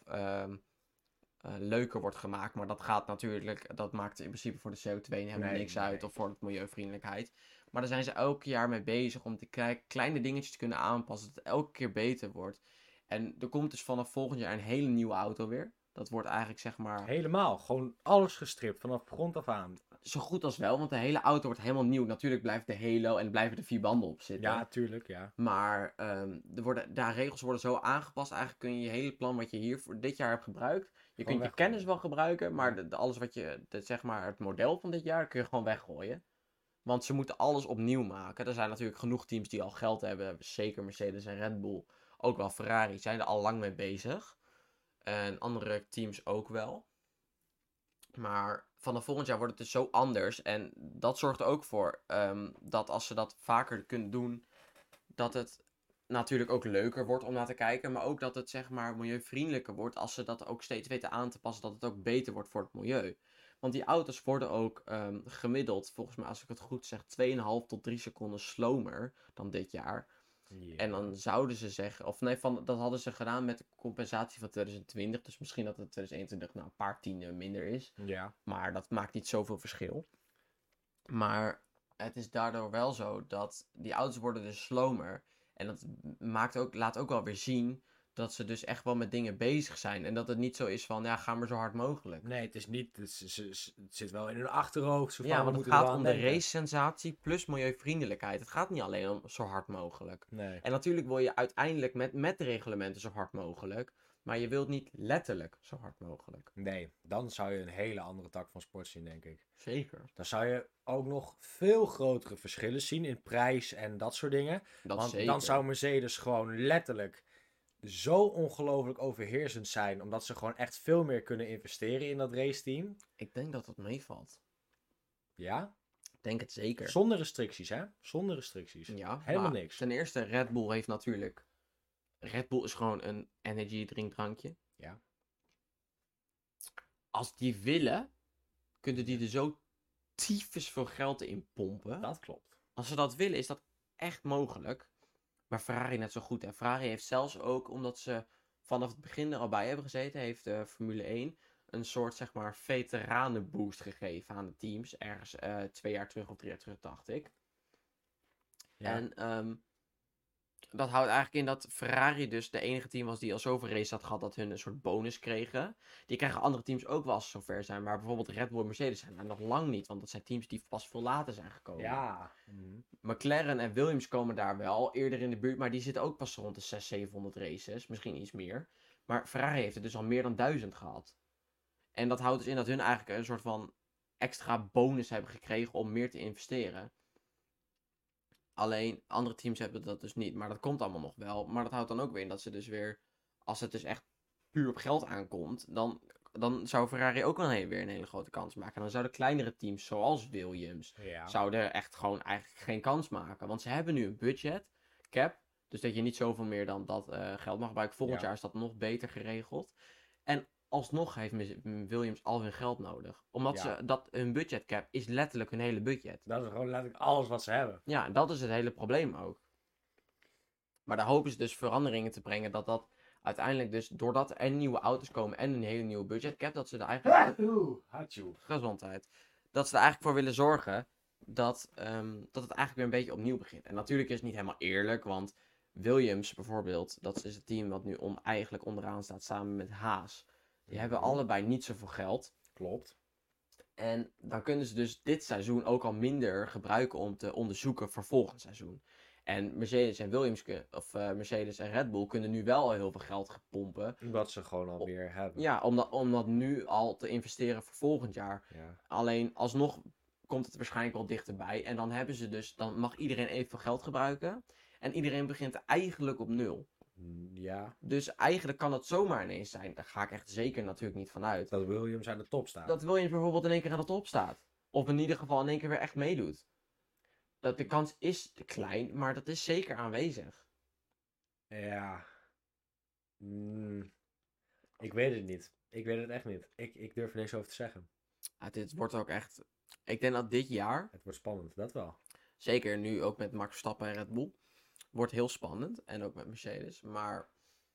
leuker wordt gemaakt. Maar dat gaat natuurlijk, dat maakt in principe voor de CO2 helemaal Nee, niks uit. nee. Of voor de milieuvriendelijkheid. Maar daar zijn ze elk jaar mee bezig om te kleine dingetjes te kunnen aanpassen. Dat het elke keer beter wordt. En er komt dus vanaf volgend jaar een hele nieuwe auto weer. Dat wordt eigenlijk zeg maar Helemaal, gewoon alles gestript, vanaf grond af aan. zo goed als wel. Want de hele auto wordt helemaal nieuw. Natuurlijk blijft de halo en blijven er 4 banden op zitten. Ja, tuurlijk, ja. Maar regels worden zo aangepast. Eigenlijk kun je je hele plan wat je hier voor dit jaar hebt gebruikt. Je kunt je weggooien. kennis wel gebruiken. Maar alles wat zeg maar het model van dit jaar kun je gewoon weggooien. Want ze moeten alles opnieuw maken. Er zijn natuurlijk genoeg teams die al geld hebben. Zeker Mercedes en Red Bull. Ook wel Ferrari zijn er al lang mee bezig. En andere teams ook wel. Maar vanaf volgend jaar wordt het dus zo anders. En dat zorgt er ook voor dat als ze dat vaker kunnen doen, dat het natuurlijk ook leuker wordt om naar te kijken. Maar ook dat het zeg maar milieuvriendelijker wordt als ze dat ook steeds weten aan te passen. Dat het ook beter wordt voor het milieu. Want die auto's worden ook gemiddeld, volgens mij als ik het goed zeg, 2,5 tot 3 seconden slomer dan dit jaar. Ja. En dan zouden ze zeggen, of nee, dat hadden ze gedaan met de compensatie van 2020. Dus misschien dat het 2021 nou een paar tienden minder is. Ja. Maar dat maakt niet zoveel verschil. Maar het is daardoor wel zo dat die auto's worden dus slomer. En dat laat ook wel weer zien dat ze dus echt wel met dingen bezig zijn. En dat het niet zo is van, ja, ga maar zo hard mogelijk. Nee, het is niet, het zit wel in hun achterhoofd. Zo van, Ja, we want het moeten er gaat wel om aan de denken. race-sensatie plus milieuvriendelijkheid. Het gaat niet alleen om zo hard mogelijk. Nee. En natuurlijk wil je uiteindelijk met de reglementen zo hard mogelijk. Maar je wilt niet letterlijk zo hard mogelijk. Nee, dan zou je een hele andere tak van sport zien, denk ik. Zeker. Dan zou je ook nog veel grotere verschillen zien in prijs en dat soort dingen. Dat Want zeker. dan zou Mercedes gewoon letterlijk zo ongelooflijk overheersend zijn. Omdat ze gewoon echt veel meer kunnen investeren in dat raceteam. Ik denk dat dat meevalt. Ja, Ik denk het zeker. zonder restricties, hè? Zonder restricties. Ja, Helemaal maar niks. Ten eerste, Red Bull heeft natuurlijk... Red Bull is gewoon een energy drinkdrankje. Ja. Als die willen, kunnen die er zo tyfus veel geld in pompen. Dat klopt. Als ze dat willen, is dat echt mogelijk. Maar Ferrari net zo goed. En Ferrari heeft zelfs ook, omdat ze vanaf het begin er al bij hebben gezeten, heeft de Formule 1 een soort, zeg maar, veteranenboost gegeven aan de teams. Ergens 2 jaar terug of 3 jaar terug, dacht ik. Ja. En dat houdt eigenlijk in dat Ferrari dus de enige team was die al zoveel races had gehad dat hun een soort bonus kregen. Die krijgen andere teams ook wel als ze zover zijn. Maar bijvoorbeeld Red Bull en Mercedes zijn daar nog lang niet. Want dat zijn teams die pas veel later zijn gekomen. Ja. McLaren en Williams komen daar wel eerder in de buurt. Maar die zitten ook pas rond de 600, 700 races. Misschien iets meer. Maar Ferrari heeft er dus al meer dan 1000 gehad. En dat houdt dus in dat hun eigenlijk een soort van extra bonus hebben gekregen om meer te investeren. Alleen andere teams hebben dat dus niet. Maar dat komt allemaal nog wel. Maar dat houdt dan ook weer in dat ze dus weer... Als het dus echt puur op geld aankomt... Dan zou Ferrari ook wel weer een hele grote kans maken. En dan zouden kleinere teams zoals Williams... Ja. Zouden echt gewoon eigenlijk geen kans maken. Want ze hebben nu een budget cap. Dus dat je niet zoveel meer dan dat geld mag gebruiken. Volgend Ja. jaar is dat nog beter geregeld. En alsnog heeft Williams al hun geld nodig. Omdat hun budget cap is letterlijk hun hele budget. Dat is gewoon letterlijk alles wat ze hebben. Ja, en dat is het hele probleem ook. Maar daar hopen ze dus veranderingen te brengen. Dat uiteindelijk dus, doordat er nieuwe auto's komen en een hele nieuwe budgetcap, dat ze er eigenlijk... Gezondheid. Dat ze er eigenlijk voor willen zorgen dat het eigenlijk weer een beetje opnieuw begint. En natuurlijk is het niet helemaal eerlijk, want Williams bijvoorbeeld, dat is het team wat nu eigenlijk onderaan staat samen met Haas. Die hebben allebei niet zoveel geld. Klopt. En dan kunnen ze dus dit seizoen ook al minder gebruiken om te onderzoeken voor volgend seizoen. En Mercedes en Mercedes en Red Bull kunnen nu wel al heel veel geld pompen. Omdat ze gewoon alweer hebben. Ja, om dat nu al te investeren voor volgend jaar. Ja. Alleen alsnog komt het waarschijnlijk wel dichterbij. En dan hebben ze dus, dan mag iedereen evenveel geld gebruiken. En iedereen begint eigenlijk op nul. Ja. Dus eigenlijk kan het zomaar ineens zijn. Daar ga ik echt zeker natuurlijk niet van uit. Dat Williams aan de top staat. Dat Williams bijvoorbeeld in één keer aan de top staat. Of in ieder geval in één keer weer echt meedoet. Dat de kans is klein, maar dat is zeker aanwezig. Ja. Ik weet het niet. Ik weet het echt niet. Ik durf er niks over te zeggen. Dit wordt ook echt... Ik denk dat dit jaar, Het wordt spannend, dat wel. zeker nu ook met Max Verstappen en Red Bull, wordt heel spannend. En ook met Mercedes. Maar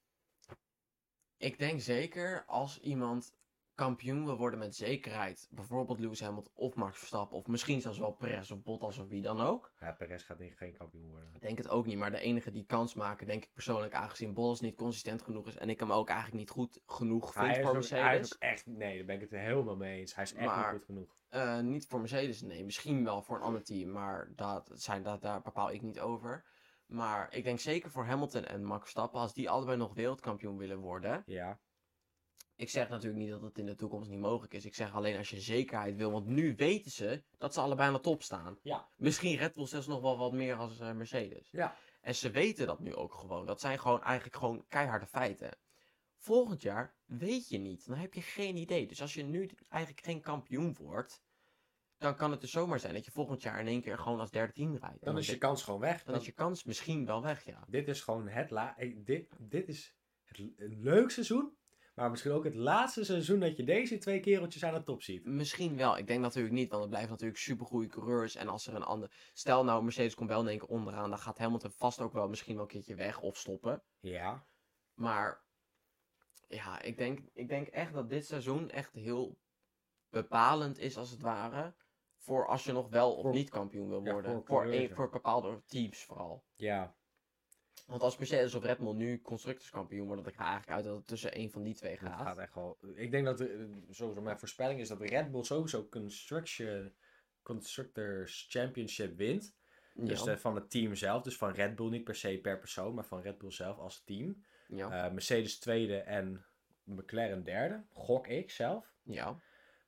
ik denk zeker als iemand kampioen wil worden met zekerheid. Bijvoorbeeld Lewis Hamilton of Max Verstappen. Of misschien zelfs wel Perez of Bottas of wie dan ook. Ja, Perez gaat geen kampioen worden. Ik denk het ook niet. Maar de enige die kans maken, denk ik persoonlijk, aangezien Bottas niet consistent genoeg is. En ik hem ook eigenlijk niet goed genoeg vind voor Mercedes. Hij is ook echt... Nee, daar ben ik het helemaal mee eens. Hij is echt Maar- niet goed genoeg. Niet voor Mercedes, nee. Misschien wel voor een ander team, maar daar bepaal ik niet over. Maar ik denk zeker voor Hamilton en Max Verstappen, als die allebei nog wereldkampioen willen worden. Ja. Ik zeg natuurlijk niet dat het in de toekomst niet mogelijk is. Ik zeg alleen als je zekerheid wil, want nu weten ze dat ze allebei aan de top staan. Ja. Misschien Red Bull zelfs nog wel wat meer als Mercedes. Ja. En ze weten dat nu ook gewoon. Dat zijn gewoon eigenlijk gewoon keiharde feiten. Volgend jaar weet je niet. Dan heb je geen idee. Dus als je nu eigenlijk geen kampioen wordt, dan kan het dus zomaar zijn dat je volgend jaar in één keer gewoon als derde team rijdt. Dan is je kans gewoon weg. Dan is je kans misschien wel weg, ja. Dit is gewoon dit is het leuk seizoen. Maar misschien ook het laatste seizoen dat je deze twee kereltjes aan de top ziet. Misschien wel. Ik denk natuurlijk niet, want het blijft natuurlijk supergoeie coureurs. En als er een ander... Stel nou, Mercedes komt wel in één keer onderaan. Dan gaat Hamilton vast ook wel misschien wel een keertje weg of stoppen. Ja. Maar ja, ik denk echt dat dit seizoen echt heel bepalend is als het ware. Voor als je nog wel of Voor- niet kampioen wil ja, worden. voor Voor, coureurs, ja. voor bepaalde teams vooral. Ja. Want als Mercedes of Red Bull nu constructorskampioen wordt, dat ik ga eigenlijk uit dat het tussen één van die twee Het gaat. gaat echt wel. Ik denk dat, sowieso mijn voorspelling is dat Red Bull sowieso Constructors Championship wint. Ja, Dus van het team zelf. Dus van Red Bull, niet per se per persoon, maar van Red Bull zelf als team. ja. Mercedes tweede en McLaren derde, gok ik zelf. Ja.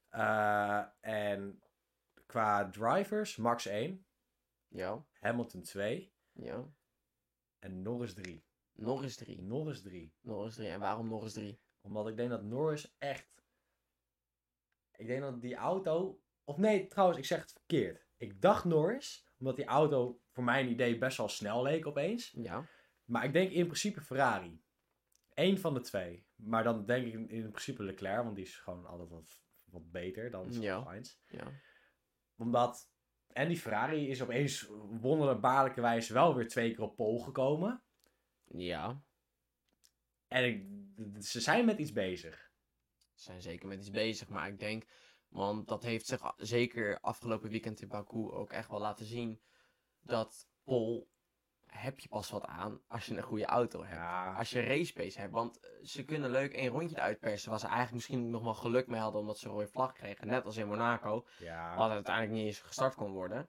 En qua drivers, Max 1, Ja. Hamilton 2 Ja. en Norris 3. Norris 3. Norris 3. Norris 3. En waarom Norris 3? Omdat ik denk dat Norris echt... Ik denk dat die auto... Of nee, trouwens, ik zeg het verkeerd. Ik dacht Norris, omdat die auto voor mijn idee best wel snel leek opeens. Ja. Maar ik denk in principe Ferrari. Eén van de twee. Maar dan denk ik in principe Leclerc, want die is gewoon altijd wat beter dan Sainz. Ja. Omdat... En die Ferrari is opeens wonderbaarlijke wijze wel weer 2 keer op pole gekomen. Ja. En ze zijn met iets bezig. Ze zijn zeker met iets bezig, maar ik denk... Want dat heeft zich zeker afgelopen weekend in Baku ook echt wel laten zien... Dat pole heb je pas wat aan als je een goede auto hebt. Ja. Als je race pace hebt. Want ze kunnen leuk 1 rondje uitpersen. Waar ze eigenlijk misschien nog wel geluk mee hadden omdat ze een rode vlag kregen. Net als in Monaco. Ja. Wat uiteindelijk niet eens gestart kon worden.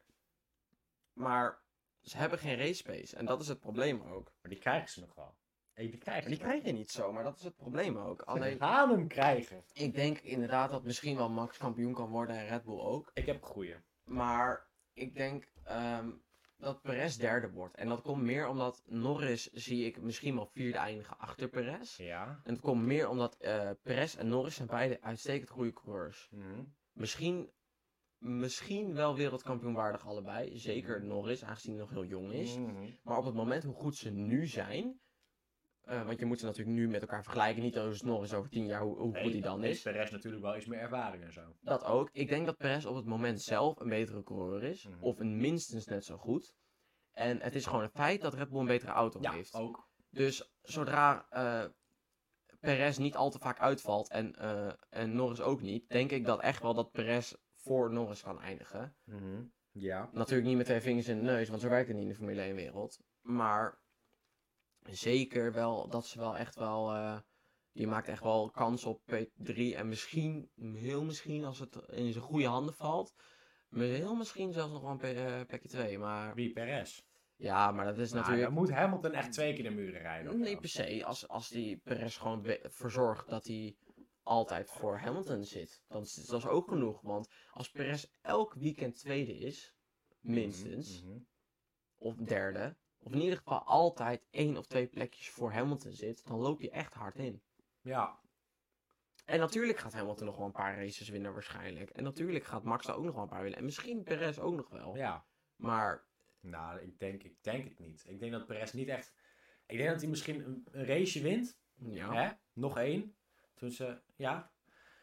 Maar ze hebben geen race pace. En dat is het probleem ook. Maar die krijgen ze nog wel. Die krijg je niet zo, maar dat is het probleem ook. Ze Alleen, gaan hem krijgen. ik denk inderdaad dat misschien wel Max kampioen kan worden en Red Bull ook. Ik heb een goeie. Maar ik denk dat Perez derde wordt. En dat komt meer omdat Norris zie ik misschien wel vierde eindigen achter Perez. Ja. En het komt meer omdat Perez en Norris zijn beide uitstekend goede coureurs. Mhm. Misschien wel wereldkampioenwaardig allebei. Zeker Norris, aangezien hij nog heel jong is. Mhm. Maar op het moment hoe goed ze nu zijn... want je moet ze natuurlijk nu met elkaar vergelijken. Niet als Norris over 10 jaar hoe goed hij dan is. Perez natuurlijk wel iets meer ervaring en zo. Dat ook. Ik denk dat Perez op het moment zelf een betere coureur is. Mhm. Of een minstens net zo goed. En het is gewoon een feit dat Red Bull een betere auto Ja, heeft. ook. Dus zodra Perez niet al te vaak uitvalt en Norris ook niet, denk ik dat echt wel dat Perez voor Norris kan eindigen. Mhm. Ja. Natuurlijk niet met 2 vingers in de neus, want zo werkt het niet in de Formule 1 wereld. Maar zeker wel dat ze wel echt wel... die maakt echt wel kans op P3 en misschien, heel misschien als het in zijn goede handen valt, heel misschien zelfs nog wel een P2. Maar Wie? Perez? ja, maar dat is natuurlijk... Dan moet Hamilton echt 2 keer de muren rijden. Nee, per se. Als die Perez gewoon verzorgt dat hij altijd voor Hamilton zit, dan is dat ook genoeg. Want als Perez elk weekend tweede is, minstens, Mhm. of derde, of in ieder geval altijd 1 of 2 plekjes voor Hamilton zit, dan loop je echt hard in. Ja. En natuurlijk gaat Hamilton nog wel een paar races winnen waarschijnlijk. En natuurlijk gaat Max er ook nog wel een paar winnen. En misschien Perez ook nog wel. Ja. Maar... Nou, ik denk het niet. Ik denk dat Perez niet echt... Ik denk dat hij misschien een raceje wint. Ja. Hè? Nog 1. Toen ze... Ja.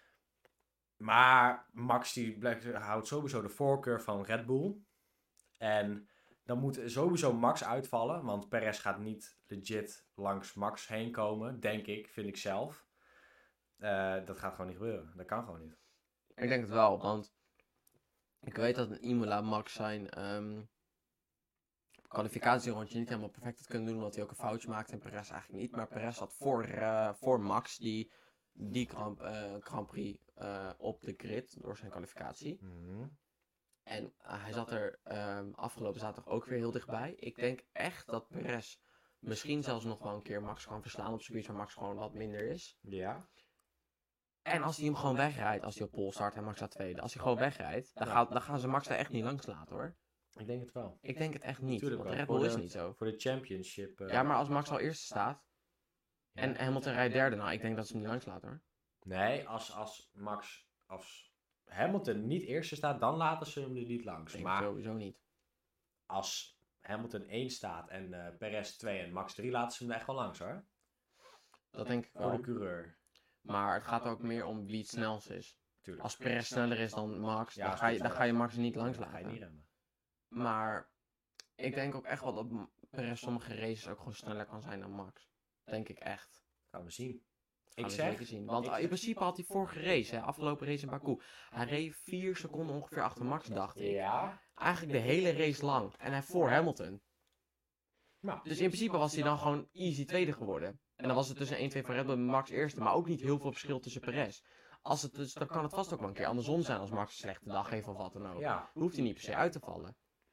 Maar Max houdt sowieso de voorkeur van Red Bull. En dan moet sowieso Max uitvallen. Want Perez gaat niet legit langs Max heen komen. Denk ik, vind ik zelf. Dat gaat gewoon niet gebeuren. Dat kan gewoon niet. Ik denk het wel, want ik weet dat in Imola Max zijn kwalificatierondje niet helemaal perfect had kunnen doen, omdat hij ook een foutje maakte en Perez eigenlijk niet. Maar Perez zat voor Max die Grand Prix op de grid door zijn kwalificatie. En hij zat er afgelopen zaterdag ook weer heel dichtbij. Ik denk echt dat Perez misschien zelfs nog wel een keer Max kan verslaan op circuits waar Max gewoon wat minder is. Ja. En als hij hem gewoon wegrijdt, als hij op pole start en Max staat tweede. Als hij gewoon wegrijdt, dan gaan ze Max daar echt niet langs laten hoor. Ik denk het wel. Ik denk het echt niet, Tuurlijk want wel. Red Bull is niet zo. Voor de championship. Ja, maar als Max al eerste staat en Hamilton rijdt derde, nou ik denk dat ze hem niet langs laten hoor. Nee, als Hamilton niet eerste staat, dan laten ze hem er niet langs. Ik denk Maar sowieso niet. als Hamilton 1 staat en Perez 2 en Max 3, laten ze hem er echt wel langs hoor. Dat denk ik Voor de wel. coureur. Maar het gaat ook meer om wie het snelst is. Tuurlijk. Als Perez sneller is dan Max, Ja, dan ga je Max er niet langs Dan ga je niet laten. remmen. Maar ik denk ook echt wel dat Perez sommige races ook gewoon sneller kan zijn dan Max. Denk ik echt. Gaan we zien. Gaan Ik we zeg, zeker zien. Want in principe had hij vorige race, afgelopen race in Baku. Hij reed 4 seconden ongeveer achter Max, dacht ik. ja. Eigenlijk de hele race lang. En hij voor Hamilton. Nou, Dus in principe was hij dan gewoon easy tweede geworden. En dan was het tussen 1-2 van Red Bull en Max eerste. Maar ook niet heel veel verschil tussen Perez. Dus dan kan het vast ook wel een keer andersom zijn als Max een slechte dag heeft of wat dan ook. ja. Hoeft hij niet per se uit te vallen.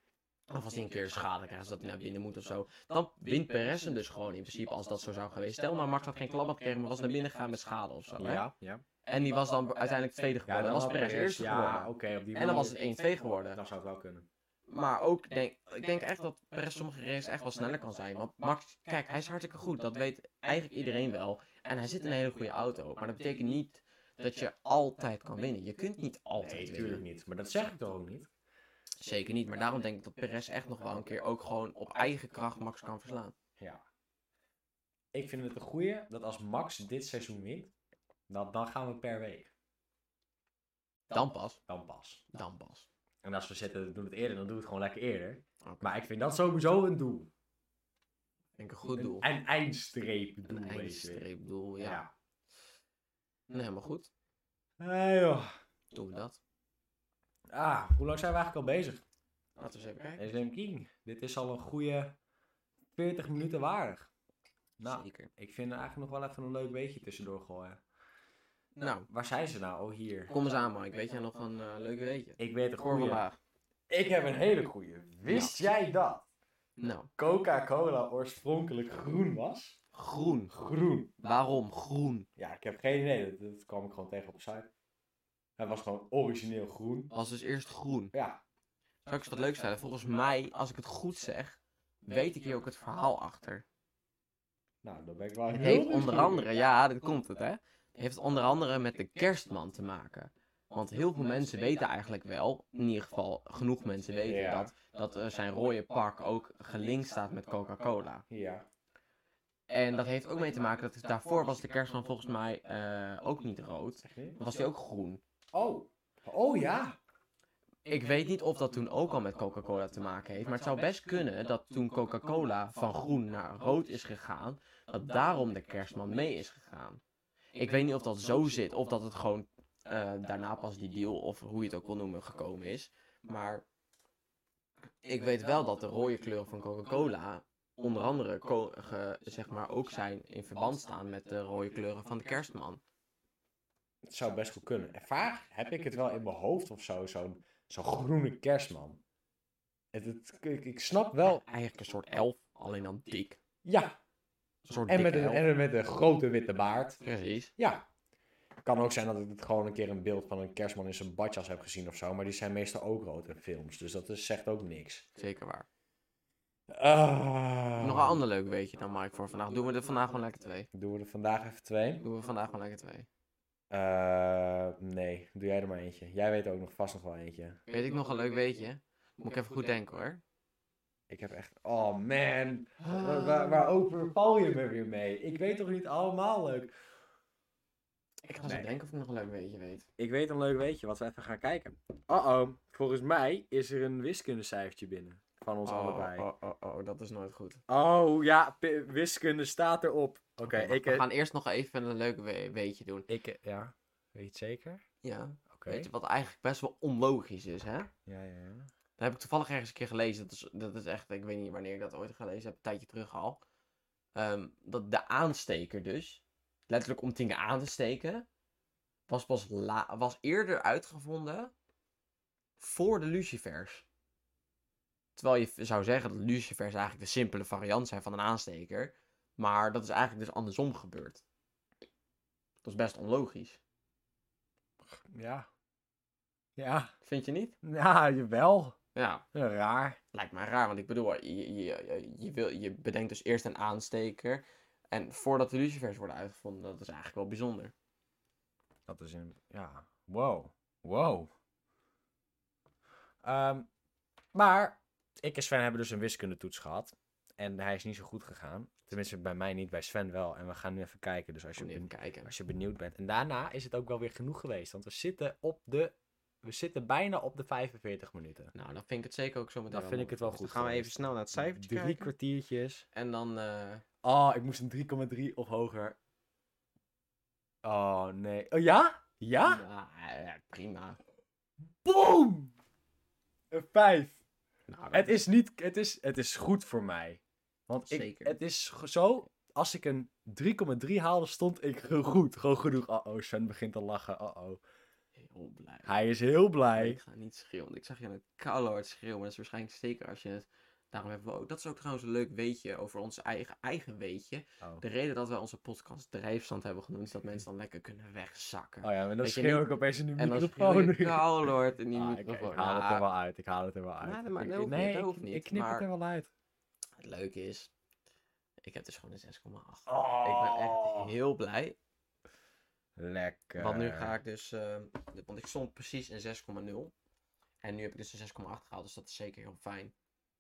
Of als hij een keer schade krijgt, zodat hij naar binnen moet of zo. Dan wint Perez hem dus gewoon in principe als dat zo zou geweest. Stel nou, Max had geen klapband gekregen, maar was naar binnen gegaan met schade of zo. Hè? Ja. En die was dan uiteindelijk tweede geworden. Dan was Perez eerste geworden. Oké, op die En dan was manier. het 1-2 geworden. Dan zou het wel kunnen. Maar ook, ik denk echt dat Perez sommige races echt wel sneller kan zijn. Want Max, kijk, hij is hartstikke goed. Dat weet eigenlijk iedereen wel. En hij zit in een hele goede auto. Maar dat betekent niet dat je altijd kan winnen. Je kunt niet altijd Nee, winnen. natuurlijk niet. Maar dat zeg ik toch ook niet? Zeker niet. Maar daarom denk ik dat Perez echt nog wel een keer ook gewoon op eigen kracht Max kan verslaan. Ja. Ik vind het een goeie dat als Max dit seizoen wint, dan gaan we per week. Dan pas. Dan pas. Dan pas. En als we doen het eerder, dan doen we het gewoon lekker eerder. Oké. Maar ik vind dat sowieso een doel. Denk een goed doel. Een eindstreepdoel, Een weet je. eindstreepdoel, ja. Ja. Nee, helemaal goed. Joh. Doen we dat. Hoe lang zijn we eigenlijk al bezig? Laten we eens even kijken. SM King. Dit is al een goede 40 minuten waardig. Nou, Zeker. ik vind er eigenlijk nog wel even een leuk weetje tussendoor gooien. Nou, Waar zijn ze nou? Oh, hier. kom eens aan, Mike. Weet jij nog een leuke weetje? Ik weet een Voor goede. vandaag. Ik heb een hele goede. Wist jij dat Nou, Coca-Cola oorspronkelijk groen was? groen. Groen. Waarom groen? Ja, ik heb geen idee. Dat kwam ik gewoon tegen op de site. Hij was gewoon origineel groen. Was dus eerst groen. Ja. Zal ik eens wat leuks vertellen? Volgens mij, als ik het goed zeg, weet ik hier ook het verhaal achter. Nou, dan ben ik wel Het heel heeft nieuwsgierig. onder andere, ja, dit komt het hè. Het heeft onder andere met de kerstman te maken. Want heel veel mensen weten eigenlijk wel, in ieder geval genoeg mensen weten Ja. dat zijn rode pak ook gelinkt staat met Coca-Cola. Ja. En dat heeft ook mee te maken dat daarvoor was de kerstman volgens mij ook niet rood. Echt niet? Was die ook groen. Oh. Oh ja. Ik weet niet of dat toen ook al met Coca-Cola te maken heeft. Maar het zou best kunnen dat toen Coca-Cola van groen naar rood is gegaan, dat daarom de kerstman mee is gegaan. Ik weet niet of dat zo zit, of dat het gewoon daarna pas die deal, of hoe je het ook wil noemen, gekomen is. Maar ik weet wel dat de rode kleuren van Coca-Cola onder andere zeg maar ook zijn in verband staan met de rode kleuren van de kerstman. Het zou best goed kunnen. En vaak heb ik het wel in mijn hoofd of zo. Zo'n groene kerstman. Ik snap wel. Eigenlijk een soort elf, alleen dan dik. Ja. Een soort En met, dikke elf. en met een grote witte baard. Precies. Ja. Kan ook zijn dat ik het gewoon een keer een beeld van een kerstman in zijn badjas heb gezien of zo. Maar die zijn meestal ook rood in films. Dus dat zegt ook niks. Zeker waar. Ah. Nog een ander leuk weetje dan, Mike, voor vandaag. Doen we er vandaag gewoon lekker 2? Doen we er vandaag even 2? Doen we vandaag gewoon lekker 2? Nee, doe jij er maar eentje. Jij weet ook nog vast nog wel eentje. Weet ik nog een leuk weetje? Moet ik even goed denken hoor. Ik heb echt... Oh man. Waarover val je me weer mee? Ik weet toch niet allemaal leuk. Ik ga zo denken of ik nog een leuk weetje weet. Ik weet een leuk weetje wat we even gaan kijken. Volgens mij is er een wiskundecijfertje binnen. Van ons allebei. Dat is nooit goed. Oh ja, wiskunde staat erop. Oké, We gaan eerst nog even een leuk weetje doen. ja, weet je het zeker? Ja. Oké. Weet je wat eigenlijk best wel onlogisch is, hè? Ja. Dat heb ik toevallig ergens een keer gelezen. Dat is echt, ik weet niet wanneer ik dat ooit gelezen heb, een tijdje terug al. Dat de aansteker dus, letterlijk om dingen aan te steken, was eerder uitgevonden voor de lucifers. Terwijl je zou zeggen dat lucifers eigenlijk de simpele variant zijn van een aansteker. Maar dat is eigenlijk dus andersom gebeurd. Dat is best onlogisch. Ja. Ja. Vind je niet? Ja, jawel. Ja. Raar. Lijkt me raar, want ik bedoel, je bedenkt dus eerst een aansteker. En voordat de lucifers worden uitgevonden, dat is eigenlijk wel bijzonder. Dat is een... Ja. Wow. Maar ik en Sven hebben dus een wiskundetoets gehad. En hij is niet zo goed gegaan. Tenminste, bij mij niet, bij Sven wel. En we gaan nu even kijken. Dus als Even kijken. je benieuwd bent. En daarna is het ook wel weer genoeg geweest. Want we zitten bijna op de 45 minuten. Nou, dan vind ik het zeker ook zo meteen. Dan vind ik het wel Dus goed Dan gaan we geweest. even snel naar het cijfertje 3 kijken. kwartiertjes. En dan... Ik moest een 3,3 of hoger. Oh, nee. Oh, ja? Ja? ja, prima. Boom! Een 5. Nou, Het is goed voor mij. Want Zeker. het is zo, als ik een 3,3 haalde, stond ik goed. Gewoon genoeg. Sven begint te lachen. heel blij. Hij is heel Nee, blij. ik ga niet schreeuwen, want ik zag je net koude hard schreeuwen. Maar dat is waarschijnlijk zeker als je het... Daarom hebben we ook... Dat is ook trouwens een leuk weetje over ons eigen weetje. Oh. De reden dat wij onze podcast drijfstand hebben genoemd... is dat mensen dan lekker kunnen wegzakken. Oh ja, maar dan Weet je schreeuw niet- ik opeens in de En dan microfoon. schreeuw je koude hard in die Ah, microfoon. ik haal het er wel uit. Ik haal het er wel uit. Nee, maar dat Ik- hoeft nee, niet, dat ik- hoeft niet, ik knip maar- het er wel uit. Het leuke is... Ik heb dus gewoon een 6,8. Oh. Ik ben echt heel blij. Lekker. Want nu ga ik dus... want ik stond precies in 6,0. En nu heb ik dus een 6,8 gehaald. Dus dat is zeker heel fijn.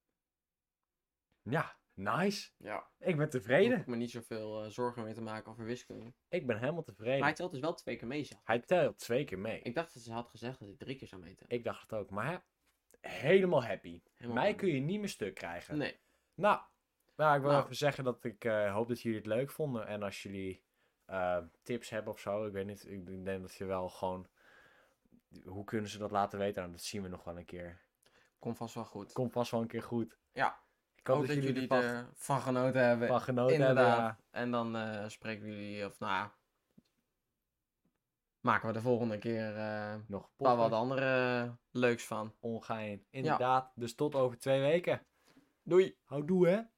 Ja, nice. Ja. Ik ben Hoef tevreden. ik me niet zoveel zorgen meer te maken over wiskunde. Ik ben helemaal tevreden. Maar hij telt dus wel 2 keer mee, Jean. Hij telt 2 keer mee. Ik dacht dat ze had gezegd dat hij 3 keer zou meten. Ik dacht het ook. Maar helemaal happy. Helemaal Mij aan. kun je niet meer stuk krijgen. Nee. Nou, ik wil Nou. even zeggen dat ik hoop dat jullie het leuk vonden. En als jullie tips hebben of zo, ik weet niet, ik denk dat je wel gewoon... Hoe kunnen ze dat laten weten? Nou, dat zien we nog wel een keer. Komt vast wel goed. Komt vast wel een keer goed. Ja. Ik hoop dat jullie vast ervan genoten hebben. van genoten Inderdaad. hebben. En dan spreken we jullie, of nou ja, maken we de volgende keer Nog wel wat podcast andere leuks van. ongein. Inderdaad. Dus tot over 2 weken. Doei! Houdoe hè.